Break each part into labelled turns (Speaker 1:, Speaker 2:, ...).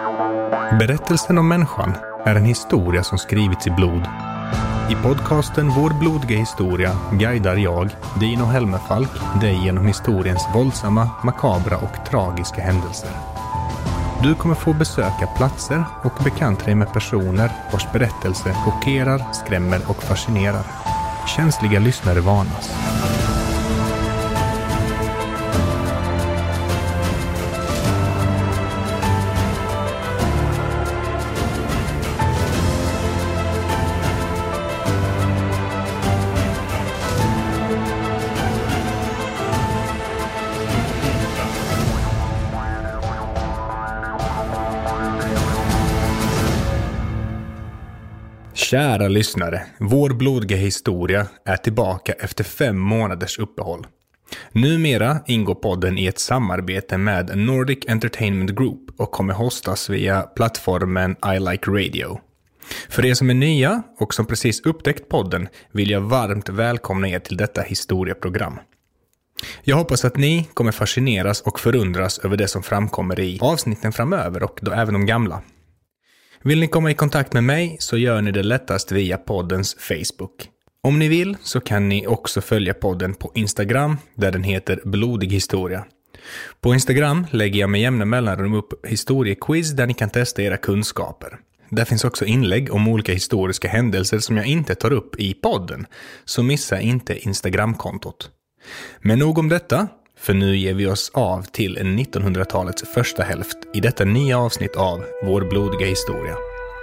Speaker 1: Berättelsen om människan är en historia som skrivits i blod. I podcasten Vår blodiga historia guidar jag, Dino Helmerfalk, dig genom historiens våldsamma, makabra och tragiska händelser. Du kommer få besöka platser och bekanta dig med personer vars berättelse chockerar, skrämmer och fascinerar. Känsliga lyssnare varnas. Kära lyssnare, Vår blodiga historia är tillbaka efter 5 månaders uppehåll. Numera ingår podden i ett samarbete med Nordic Entertainment Group och kommer hostas via plattformen I Like Radio. För er som är nya och som precis upptäckt podden vill jag varmt välkomna er till detta historieprogram. Jag hoppas att ni kommer fascineras och förundras över det som framkommer i avsnitten framöver och då även de gamla. Vill ni komma i kontakt med mig så gör ni det lättast via poddens Facebook. Om ni vill så kan ni också följa podden på Instagram där den heter Blodig historia. På Instagram lägger jag med jämna mellanrum upp historiequiz där ni kan testa era kunskaper. Där finns också inlägg om olika historiska händelser som jag inte tar upp i podden, så missa inte Instagramkontot. Men nog om detta, för nu ger vi oss av till 1900-talets första hälft i detta nya avsnitt av Vår blodiga historia.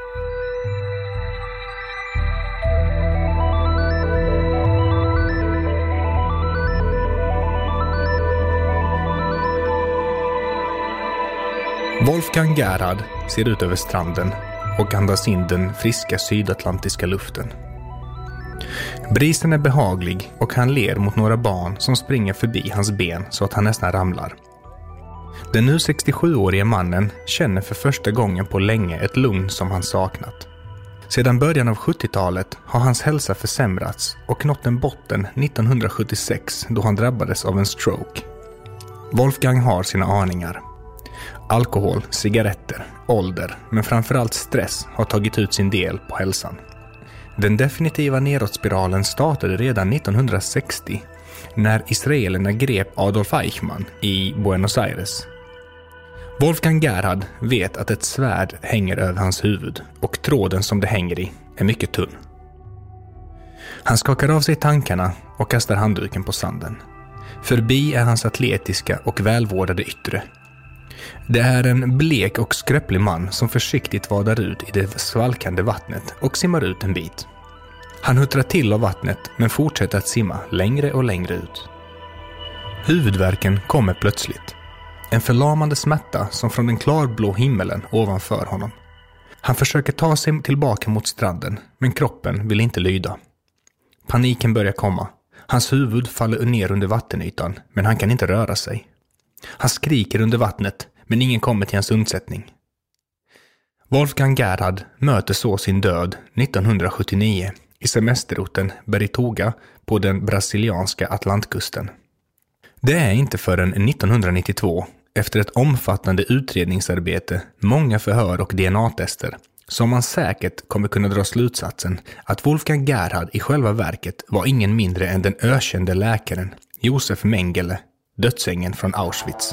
Speaker 1: Wolfgang Gerhard ser ut över stranden och andas in den friska sydatlantiska luften. Brisen är behaglig och han ler mot några barn som springer förbi hans ben så att han nästan ramlar. Den nu 67-årige mannen känner för första gången på länge ett lugn som han saknat. Sedan början av 70-talet har hans hälsa försämrats och nått en botten 1976 då han drabbades av en stroke. Wolfgang har sina aningar. Alkohol, cigaretter, ålder, men framförallt stress har tagit ut sin del på hälsan. Den definitiva nedåtspiralen startade redan 1960 när israelerna grep Adolf Eichmann i Buenos Aires. Wolfgang Gerhard vet att ett svärd hänger över hans huvud och tråden som det hänger i är mycket tunn. Han skakar av sig tankarna och kastar handduken på sanden. Förbi är hans atletiska och välvårdade yttre. Det är en blek och skröplig man som försiktigt vadar ut i det svalkande vattnet och simmar ut en bit. Han huttrar till av vattnet men fortsätter att simma längre och längre ut. Huvudvärken kommer plötsligt. En förlamande smärta som från den klarblå himmelen ovanför honom. Han försöker ta sig tillbaka mot stranden men kroppen vill inte lyda. Paniken börjar komma. Hans huvud faller ner under vattenytan men han kan inte röra sig. Han skriker under vattnet men ingen kommer till hans undsättning. Wolfgang Gerhard möter så sin död 1979 i semesterorten Beritoga på den brasilianska Atlantkusten. Det är inte förrän 1992, efter ett omfattande utredningsarbete, många förhör och DNA-tester, som man säkert kommer kunna dra slutsatsen att Wolfgang Gerhard i själva verket var ingen mindre än den ökände läkaren Josef Mengele, dödsängeln från Auschwitz.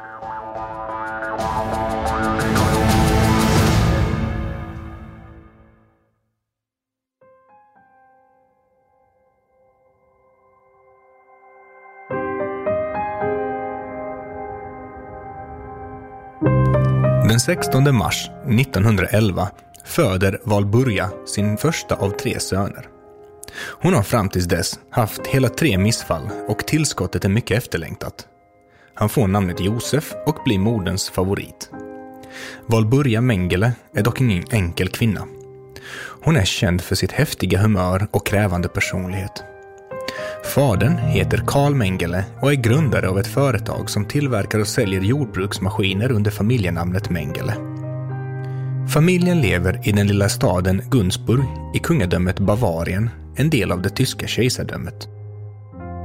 Speaker 1: Den 16 mars 1911 föder Walburga sin första av 3 söner. Hon har fram tills dess haft hela 3 missfall och tillskottet är mycket efterlängtat. Han får namnet Josef och blir moderns favorit. Walburga Mengele är dock ingen enkel kvinna. Hon är känd för sitt häftiga humör och krävande personlighet. Fadern heter Carl Mengele och är grundare av ett företag som tillverkar och säljer jordbruksmaskiner under familjenamnet Mengele. Familjen lever i den lilla staden Günzburg i kungadömet Bavarien, en del av det tyska kejsardömet.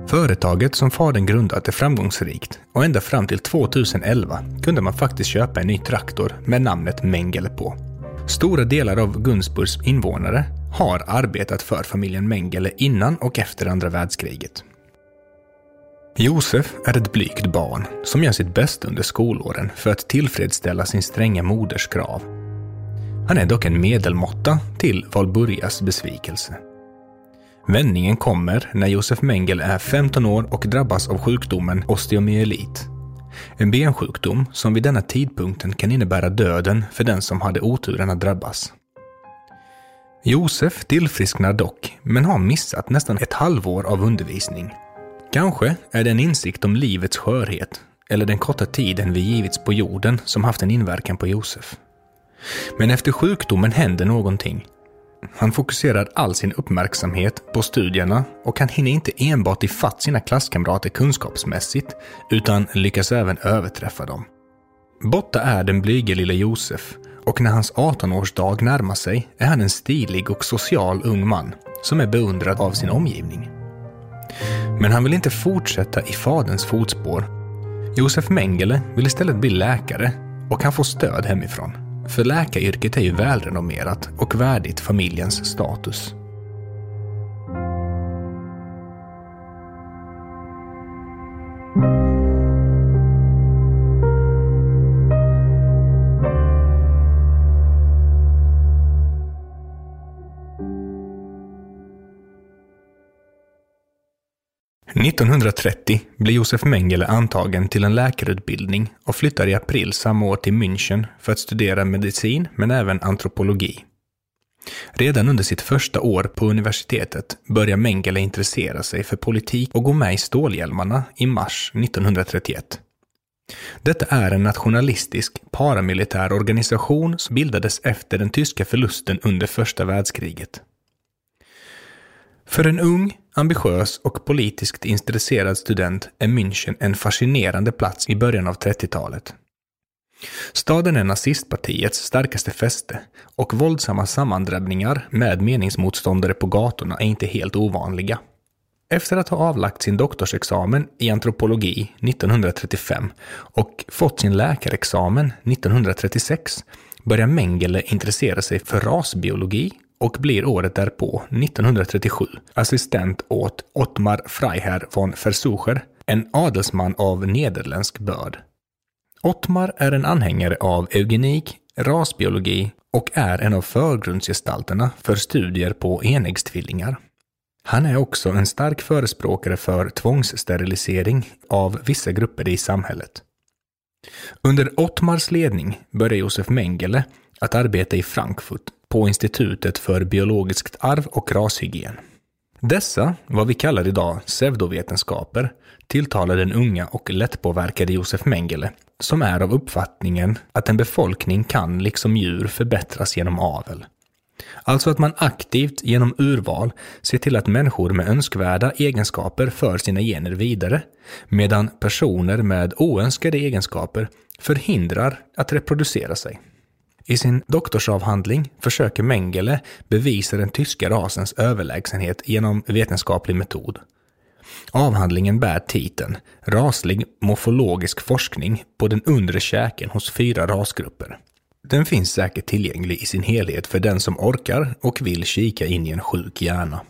Speaker 1: Företaget som fadern grundat är framgångsrikt och ända fram till 2011 kunde man faktiskt köpa en ny traktor med namnet Mengele på. Stora delar av Gunzburgs invånare har arbetat för familjen Mengele innan och efter andra världskriget. Josef är ett blygt barn som gör sitt bästa under skolåren för att tillfredsställa sin stränga moders krav. Han är dock en medelmåtta till Valburgas besvikelse. Vändningen kommer när Josef Mengele är 15 år och drabbas av sjukdomen osteomyelit. En bensjukdom som vid denna tidpunkten kan innebära döden för den som hade oturen att drabbas. Josef tillfrisknar dock, men har missat nästan ett halvår av undervisning. Kanske är det en insikt om livets skörhet eller den korta tiden vi givits på jorden som haft en inverkan på Josef. Men efter sjukdomen händer någonting. Han fokuserar all sin uppmärksamhet på studierna och han hinner inte enbart ifatt sina klasskamrater kunskapsmässigt utan lyckas även överträffa dem. Borta är den blyge lilla Josef och när hans 18-årsdag närmar sig är han en stilig och social ung man som är beundrad av sin omgivning. Men han vill inte fortsätta i faderns fotspår. Josef Mengele vill istället bli läkare och han får stöd hemifrån. För läkaryrket är ju välrenommerat och värdigt familjens status. År 1930 blir Josef Mengele antagen till en läkarutbildning och flyttar i april samma år till München för att studera medicin men även antropologi. Redan under sitt första år på universitetet börjar Mengele intressera sig för politik och gå med i Stålhjälmarna i mars 1931. Detta är en nationalistisk paramilitär organisation som bildades efter den tyska förlusten under första världskriget. För en ung, ambitiös och politiskt intresserad student är München en fascinerande plats i början av 30-talet. Staden är nazistpartiets starkaste fäste och våldsamma sammandrabbningar med meningsmotståndare på gatorna är inte helt ovanliga. Efter att ha avlagt sin doktorsexamen i antropologi 1935 och fått sin läkarexamen 1936 börjar Mengele intressera sig för rasbiologi och blir året därpå, 1937, assistent åt Ottmar Freiherr von Versucher, en adelsman av nederländsk börd. Ottmar är en anhängare av eugenik, rasbiologi och är en av förgrundsgestalterna för studier på enäggstvillingar. Han är också en stark förespråkare för tvångssterilisering av vissa grupper i samhället. Under Ottmars ledning börjar Josef Mengele att arbeta i Frankfurt på Institutet för biologiskt arv och rashygien. Dessa, vad vi kallar idag pseudovetenskaper, tilltalar den unga och lättpåverkade Josef Mengele, som är av uppfattningen att en befolkning kan liksom djur förbättras genom avel. Alltså att man aktivt genom urval ser till att människor med önskvärda egenskaper för sina gener vidare, medan personer med oönskade egenskaper förhindrar att reproducera sig. I sin doktorsavhandling försöker Mengele bevisa den tyska rasens överlägsenhet genom vetenskaplig metod. Avhandlingen bär titeln Raslig morfologisk forskning på den undre käken hos 4 rasgrupper. Den finns säkert tillgänglig i sin helhet för den som orkar och vill kika in i en sjuk hjärna.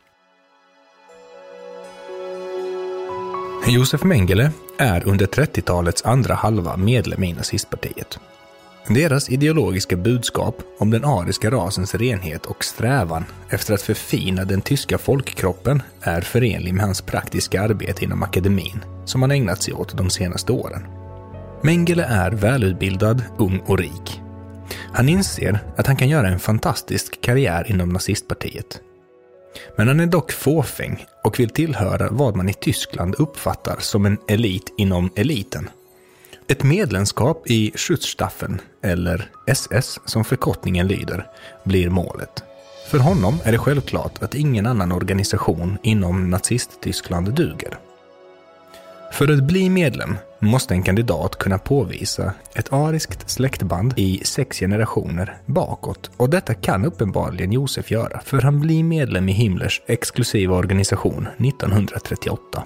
Speaker 1: Josef Mengele är under 30-talets andra halva medlem i nazistpartiet. Deras ideologiska budskap om den ariska rasens renhet och strävan efter att förfina den tyska folkkroppen är förenlig med hans praktiska arbete inom akademin som han ägnat sig åt de senaste åren. Mengele är välutbildad, ung och rik. Han inser att han kan göra en fantastisk karriär inom nazistpartiet. Men han är dock fåfäng och vill tillhöra vad man i Tyskland uppfattar som en elit inom eliten. Ett medlemskap i Schutzstaffen, eller SS som förkortningen lyder, blir målet. För honom är det självklart att ingen annan organisation inom nazist-Tyskland duger. För att bli medlem måste en kandidat kunna påvisa ett ariskt släktband i 6 generationer bakåt, och detta kan uppenbarligen Josef göra, för han blir medlem i Himmlers exklusiva organisation 1938.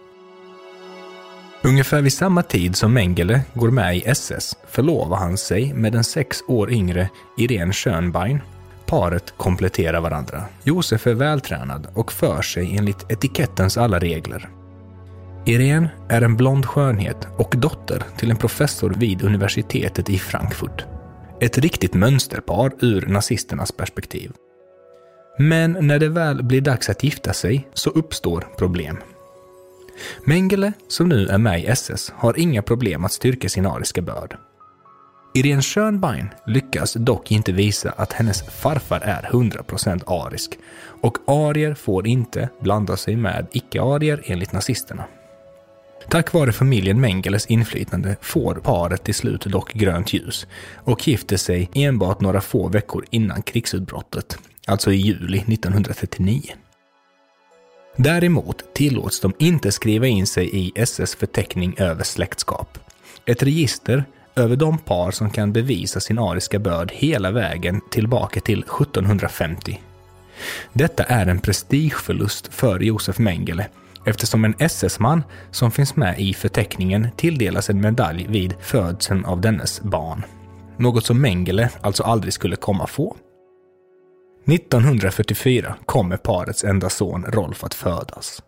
Speaker 1: Ungefär vid samma tid som Mengele går med i SS förlovar han sig med den 6 år yngre Irene Schönbein. Paret kompletterar varandra. Josef är vältränad och för sig enligt etikettens alla regler. Irene är en blond skönhet och dotter till en professor vid universitetet i Frankfurt. Ett riktigt mönsterpar ur nazisternas perspektiv. Men när det väl blir dags att gifta sig så uppstår problem. Mengele, som nu är med i SS, har inga problem att styrka sin ariska börd. Irene Schönbein lyckas dock inte visa att hennes farfar är 100% arisk, och arier får inte blanda sig med icke-arier enligt nazisterna. Tack vare familjen Mengeles inflytande får paret till slut dock grönt ljus och gifter sig enbart några få veckor innan krigsutbrottet, alltså i juli 1939. Däremot tillåts de inte skriva in sig i SS förteckning över släktskap. Ett register över de par som kan bevisa sin ariska börd hela vägen tillbaka till 1750. Detta är en prestigeförlust för Josef Mengele, eftersom en SS-man som finns med i förteckningen tilldelas en medalj vid födseln av dennes barn. Något som Mengele alltså aldrig skulle komma få. 1944 kommer parets enda son Rolf att födas.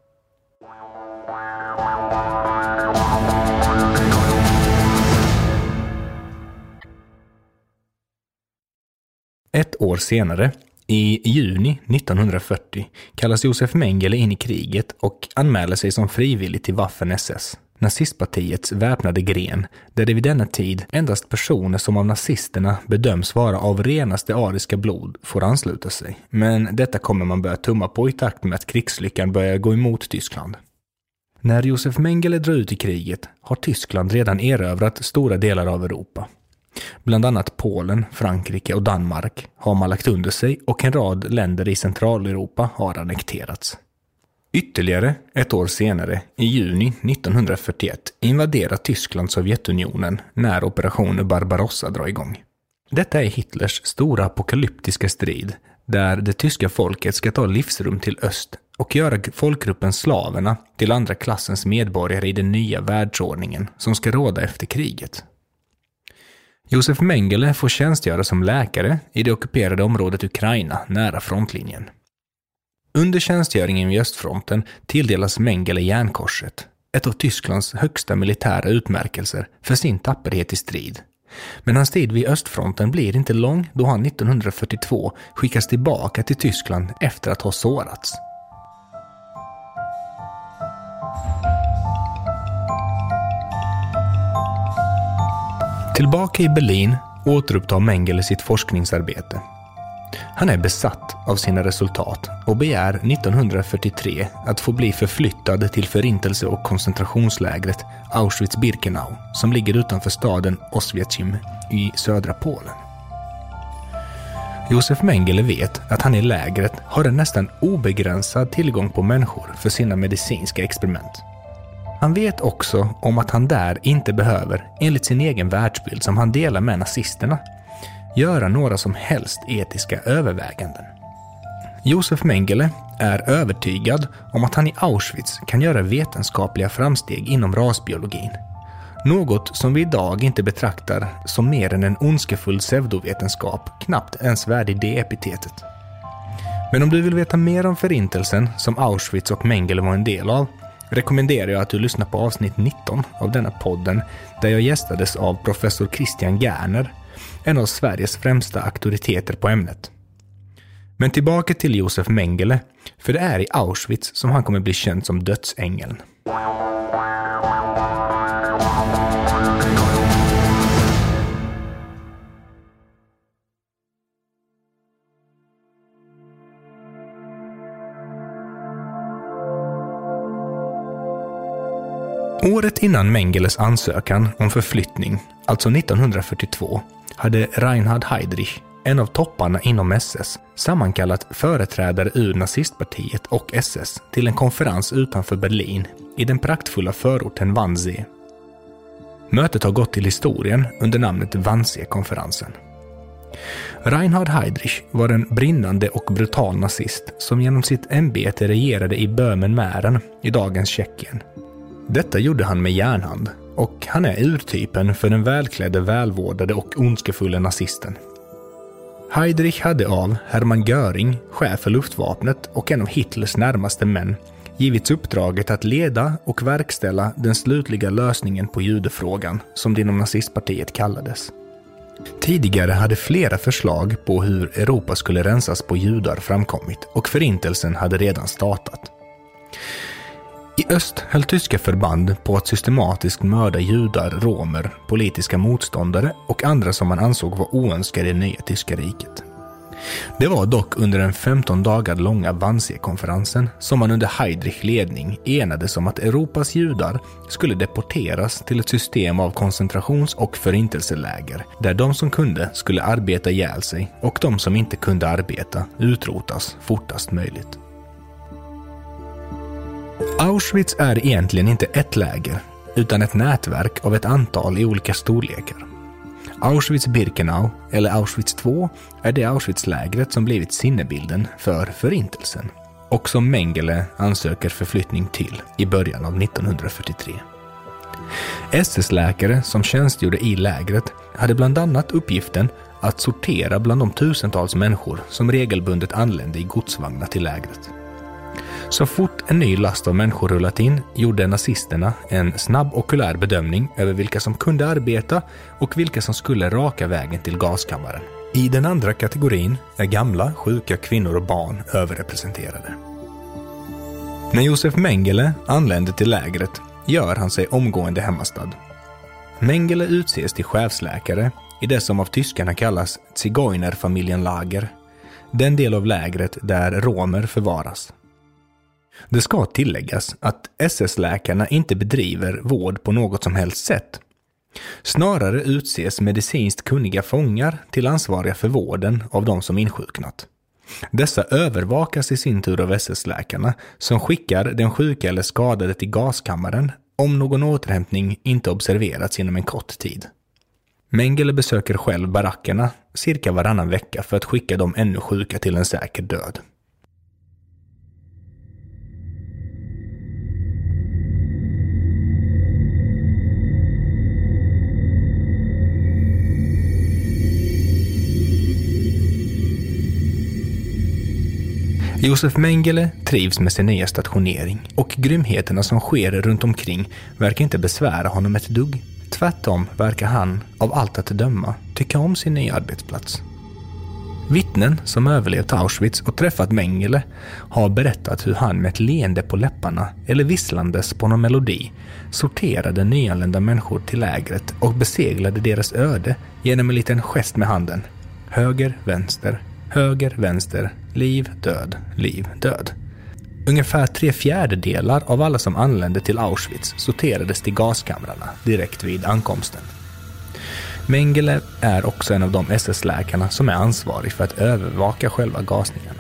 Speaker 1: Ett år senare, i juni 1940, kallas Josef Mengele in i kriget och anmäler sig som frivillig till Waffen-SS, nazistpartiets väpnade gren, där det vid denna tid endast personer som av nazisterna bedöms vara av renaste ariska blod får ansluta sig. Men detta kommer man börja tumma på i takt med att krigslyckan börjar gå emot Tyskland. När Josef Mengele drar ut i kriget har Tyskland redan erövrat stora delar av Europa. Bland annat Polen, Frankrike och Danmark har man lagt under sig, och en rad länder i Centraleuropa har annekterats. Ytterligare ett år senare, i juni 1941, invaderar Tyskland Sovjetunionen när operationen Barbarossa drar igång. Detta är Hitlers stora apokalyptiska strid, där det tyska folket ska ta livsrum till öst och göra folkgruppen slaverna till andra klassens medborgare i den nya världsordningen som ska råda efter kriget. Josef Mengele får tjänstgöra som läkare i det ockuperade området Ukraina nära frontlinjen. Under tjänstgöringen vid östfronten tilldelas Mengele Järnkorset, ett av Tysklands högsta militära utmärkelser för sin tapperhet i strid. Men hans tid vid östfronten blir inte lång, då han 1942 skickas tillbaka till Tyskland efter att ha sårats. Tillbaka i Berlin återupptar Mengele sitt forskningsarbete. Han är besatt av sina resultat och begär 1943 att få bli förflyttad till förintelse- och koncentrationslägret Auschwitz-Birkenau, som ligger utanför staden Oswiecim i södra Polen. Josef Mengele vet att han i lägret har en nästan obegränsad tillgång på människor för sina medicinska experiment. Han vet också om att han där inte behöver, enligt sin egen världsbild som han delar med nazisterna, göra några som helst etiska överväganden. Josef Mengele är övertygad om att han i Auschwitz kan göra vetenskapliga framsteg inom rasbiologin. Något som vi idag inte betraktar som mer än en ondskefull pseudovetenskap, knappt ens värdig det epitetet. Men om du vill veta mer om förintelsen som Auschwitz och Mengele var en del av, rekommenderar jag att du lyssnar på avsnitt 19 av denna podden, där jag gästades av professor Christian Gerner, en av Sveriges främsta auktoriteter på ämnet. Men tillbaka till Josef Mengele, för det är i Auschwitz som han kommer bli känd som dödsängeln. Året innan Mengeles ansökan om förflyttning, alltså 1942, hade Reinhard Heydrich, en av topparna inom SS, sammankallat företrädare ur nazistpartiet och SS till en konferens utanför Berlin i den praktfulla förorten Wannsee. Mötet har gått till historien under namnet Wannsee-konferensen. Reinhard Heydrich var en brinnande och brutal nazist som genom sitt ämbete regerade i Böhmen-Mähren i dagens Tjeckien. Detta gjorde han med järnhand och han är urtypen för den välklädde, välvårdade och ondskefulla nazisten. Heydrich hade av Hermann Göring, chef för luftvapnet och en av Hitlers närmaste män, givits uppdraget att leda och verkställa den slutliga lösningen på judefrågan, som det inom nazistpartiet kallades. Tidigare hade flera förslag på hur Europa skulle rensas på judar framkommit och förintelsen hade redan startat. I öst höll tyska förband på att systematiskt mörda judar, romer, politiska motståndare och andra som man ansåg var oönskade i det nya tyska riket. Det var dock under den 15 dagar långa Wannsee-konferensen som man under Heydrichs ledning enades om att Europas judar skulle deporteras till ett system av koncentrations- och förintelseläger där de som kunde skulle arbeta ihjäl sig och de som inte kunde arbeta utrotas fortast möjligt. Auschwitz är egentligen inte ett läger utan ett nätverk av ett antal i olika storlekar. Auschwitz-Birkenau eller Auschwitz II är det Auschwitz-lägret som blivit sinnebilden för förintelsen och som Mengele ansöker förflyttning till i början av 1943. SS-läkare som tjänstgjorde i lägret hade bland annat uppgiften att sortera bland de tusentals människor som regelbundet anlände i godsvagnar till lägret. Så fort en ny last av människor rullat in gjorde nazisterna en snabb okulär bedömning över vilka som kunde arbeta och vilka som skulle raka vägen till gaskammaren. I den andra kategorin är gamla, sjuka kvinnor och barn överrepresenterade. När Josef Mengele anlände till lägret gör han sig omgående hemmastad. Mengele utses till chefsläkare i det som av tyskarna kallas Zigeunerfamilienlager, den del av lägret där romer förvaras. Det ska tilläggas att SS-läkarna inte bedriver vård på något som helst sätt. Snarare utses medicinskt kunniga fångar till ansvariga för vården av de som insjuknat. Dessa övervakas i sin tur av SS-läkarna som skickar den sjuka eller skadade till gaskammaren om någon återhämtning inte observerats inom en kort tid. Mengele besöker själv barackerna cirka varannan vecka för att skicka de ännu sjuka till en säker död. Josef Mengele trivs med sin nya stationering och grymheterna som sker runt omkring verkar inte besvära honom ett dugg. Tvärtom verkar han, av allt att döma, tycka om sin nya arbetsplats. Vittnen som överlevt Auschwitz och träffat Mengele har berättat hur han med ett leende på läpparna eller visslandes på någon melodi sorterade nyanlända människor till lägret och beseglade deras öde genom en liten gest med handen. Höger, vänster, liv, död. Ungefär 3/4 av alla som anlände till Auschwitz sorterades till gaskamrarna direkt vid ankomsten. Mengele är också en av de SS-läkarna som är ansvarig för att övervaka själva gasningarna.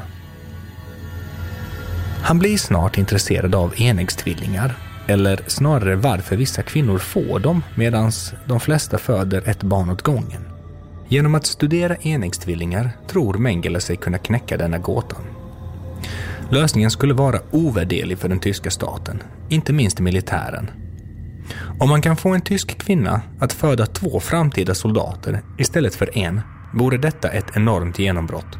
Speaker 1: Han blir snart intresserad av enäggstvillingar, eller snarare varför vissa kvinnor får dem medan de flesta föder ett barn åt gången. Genom att studera enäggstvillingar tror Mengele sig kunna knäcka denna gåtan. Lösningen skulle vara ovärderlig för den tyska staten, inte minst militären. Om man kan få en tysk kvinna att föda 2 framtida soldater istället för en, vore detta ett enormt genombrott.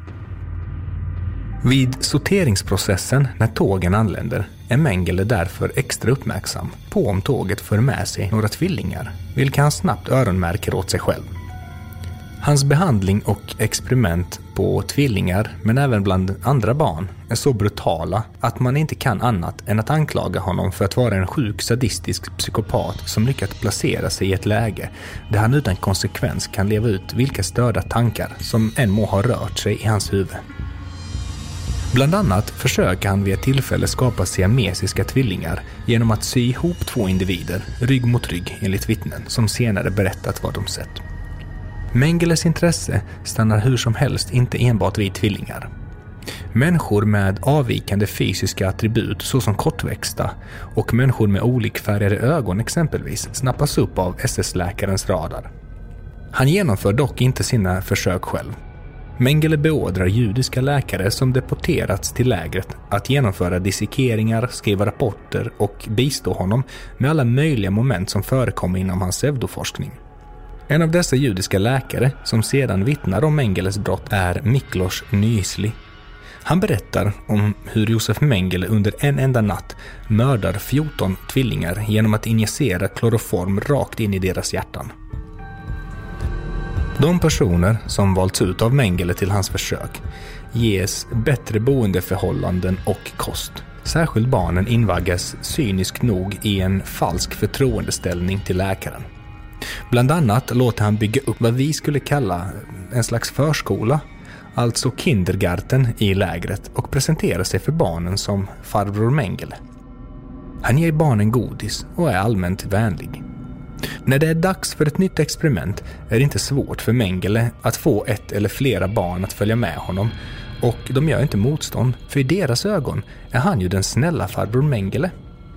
Speaker 1: Vid sorteringsprocessen när tågen anländer är Mengele därför extra uppmärksam på om tåget för med sig några tvillingar, vilka han snabbt öronmärker åt sig själv. Hans behandling och experiment på tvillingar, men även bland andra barn, är så brutala att man inte kan annat än att anklaga honom för att vara en sjuk sadistisk psykopat som lyckats placera sig i ett läge där han utan konsekvens kan leva ut vilka störda tankar som än må ha rört sig i hans huvud. Bland annat försöker han vid ett tillfälle skapa siamesiska tvillingar genom att sy ihop 2 individer, rygg mot rygg enligt vittnen som senare berättat vad de sett. Mengeles intresse stannar hur som helst inte enbart vid tvillingar. Människor med avvikande fysiska attribut såsom kortväxta och människor med olikfärgade ögon exempelvis snappas upp av SS-läkarens radar. Han genomför dock inte sina försök själv. Mengele beordrar judiska läkare som deporterats till lägret att genomföra dissekeringar, skriva rapporter och bistå honom med alla möjliga moment som förekommer inom hans pseudoforskning. En av dessa judiska läkare som sedan vittnar om Mengeles brott är Miklos Nysli. Han berättar om hur Josef Mengele under en enda natt mördar 14 tvillingar genom att injicera kloroform rakt in i deras hjärtan. De personer som valts ut av Mengele till hans försök ges bättre boendeförhållanden och kost. Särskilt barnen invaggas cyniskt nog i en falsk förtroendeställning till läkaren. Bland annat låter han bygga upp vad vi skulle kalla en slags förskola, alltså kindergarten i lägret, och presenterar sig för barnen som farbror Mengele. Han ger barnen godis och är allmänt vänlig. När det är dags för ett nytt experiment är det inte svårt för Mengele att få ett eller flera barn att följa med honom, och de gör inte motstånd, för i deras ögon är han ju den snälla farbror Mengele.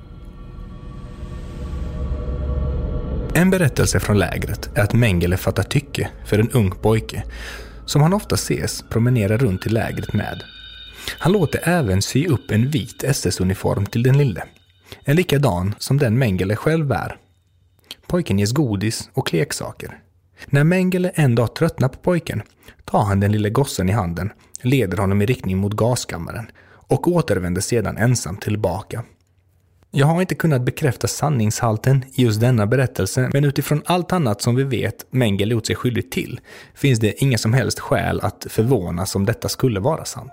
Speaker 1: En berättelse från lägret är att Mengele fattar tycke för en ung pojke som han ofta ses promenera runt i lägret med. Han låter även sy upp en vit SS-uniform till den lille, en likadan som den Mengele själv bär. Pojken ges godis och leksaker. När Mengele en dag tröttnar på pojken tar han den lille gossen i handen, leder honom i riktning mot gaskammaren och återvänder sedan ensam tillbaka. Jag har inte kunnat bekräfta sanningshalten i just denna berättelse, men utifrån allt annat som vi vet Mengele gjort sig skyldig till finns det inga som helst skäl att förvånas om detta skulle vara sant.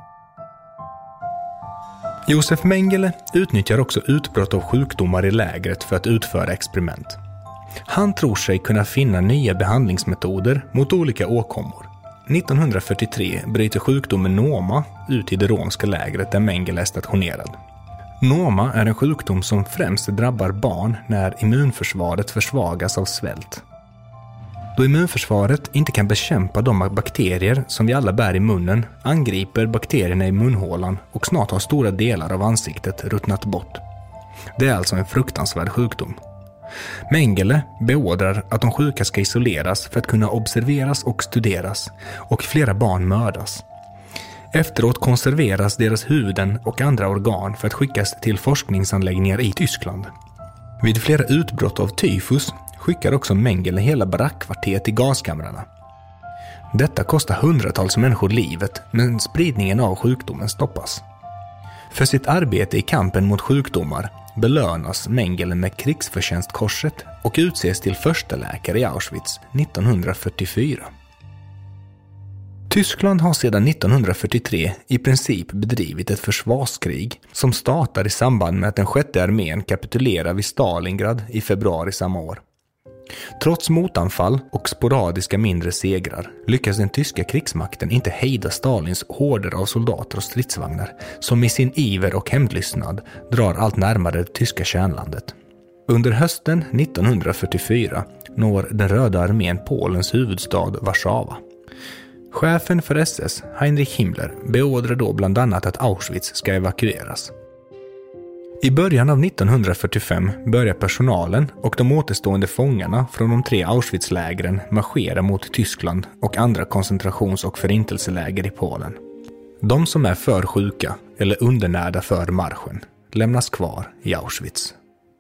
Speaker 1: Josef Mengele utnyttjar också utbrott av sjukdomar i lägret för att utföra experiment. Han tror sig kunna finna nya behandlingsmetoder mot olika åkommor. 1943 bryter sjukdomen Noma ut i det romska lägret där Mengele är stationerad. Noma är en sjukdom som främst drabbar barn när immunförsvaret försvagas av svält. Då immunförsvaret inte kan bekämpa de bakterier som vi alla bär i munnen angriper bakterierna i munhålan och snart har stora delar av ansiktet ruttnat bort. Det är alltså en fruktansvärd sjukdom. Mengele beordrar att de sjuka ska isoleras för att kunna observeras och studeras, och flera barn mördas. Efteråt konserveras deras huvuden och andra organ för att skickas till forskningsanläggningar i Tyskland. Vid flera utbrott av tyfus skickar också Mengele hela barackkvarter till gaskamrarna. Detta kostar hundratals människor livet, men spridningen av sjukdomen stoppas. För sitt arbete i kampen mot sjukdomar belönas Mengele med krigsförtjänstkorset och utses till första läkare i Auschwitz 1944. Tyskland har sedan 1943 i princip bedrivit ett försvarskrig som startar i samband med att den 6:e armén kapitulerar vid Stalingrad i februari samma år. Trots motanfall och sporadiska mindre segrar lyckas den tyska krigsmakten inte hejda Stalins horder av soldater och stridsvagnar som i sin iver och hämndlystnad drar allt närmare det tyska kärnlandet. Under hösten 1944 når den röda armén Polens huvudstad Warszawa. Chefen för SS, Heinrich Himmler, beordrar då bland annat att Auschwitz ska evakueras. I början av 1945 börjar personalen och de återstående fångarna från de 3 Auschwitz-lägren marschera mot Tyskland och andra koncentrations- och förintelseläger i Polen. De som är för sjuka eller undernärda för marschen lämnas kvar i Auschwitz.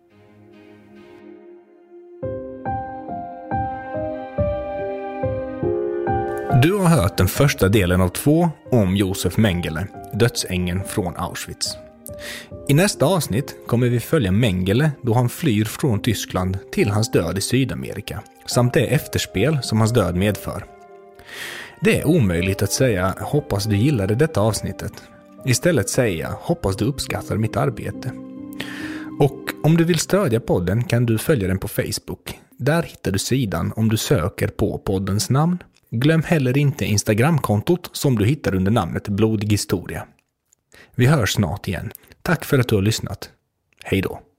Speaker 1: Du har hört den första delen av 2 om Josef Mengele, dödsängeln från Auschwitz. I nästa avsnitt kommer vi följa Mengele då han flyr från Tyskland till hans död i Sydamerika, samt det efterspel som hans död medför. Det är omöjligt att säga hoppas du gillade detta avsnittet. Istället säga hoppas du uppskattar mitt arbete. Och om du vill stödja podden kan du följa den på Facebook. Där hittar du sidan om du söker på poddens namn. Glöm heller inte Instagramkontot som du hittar under namnet Blodig historia. Vi hörs snart igen. Tack för att du har lyssnat. Hej då.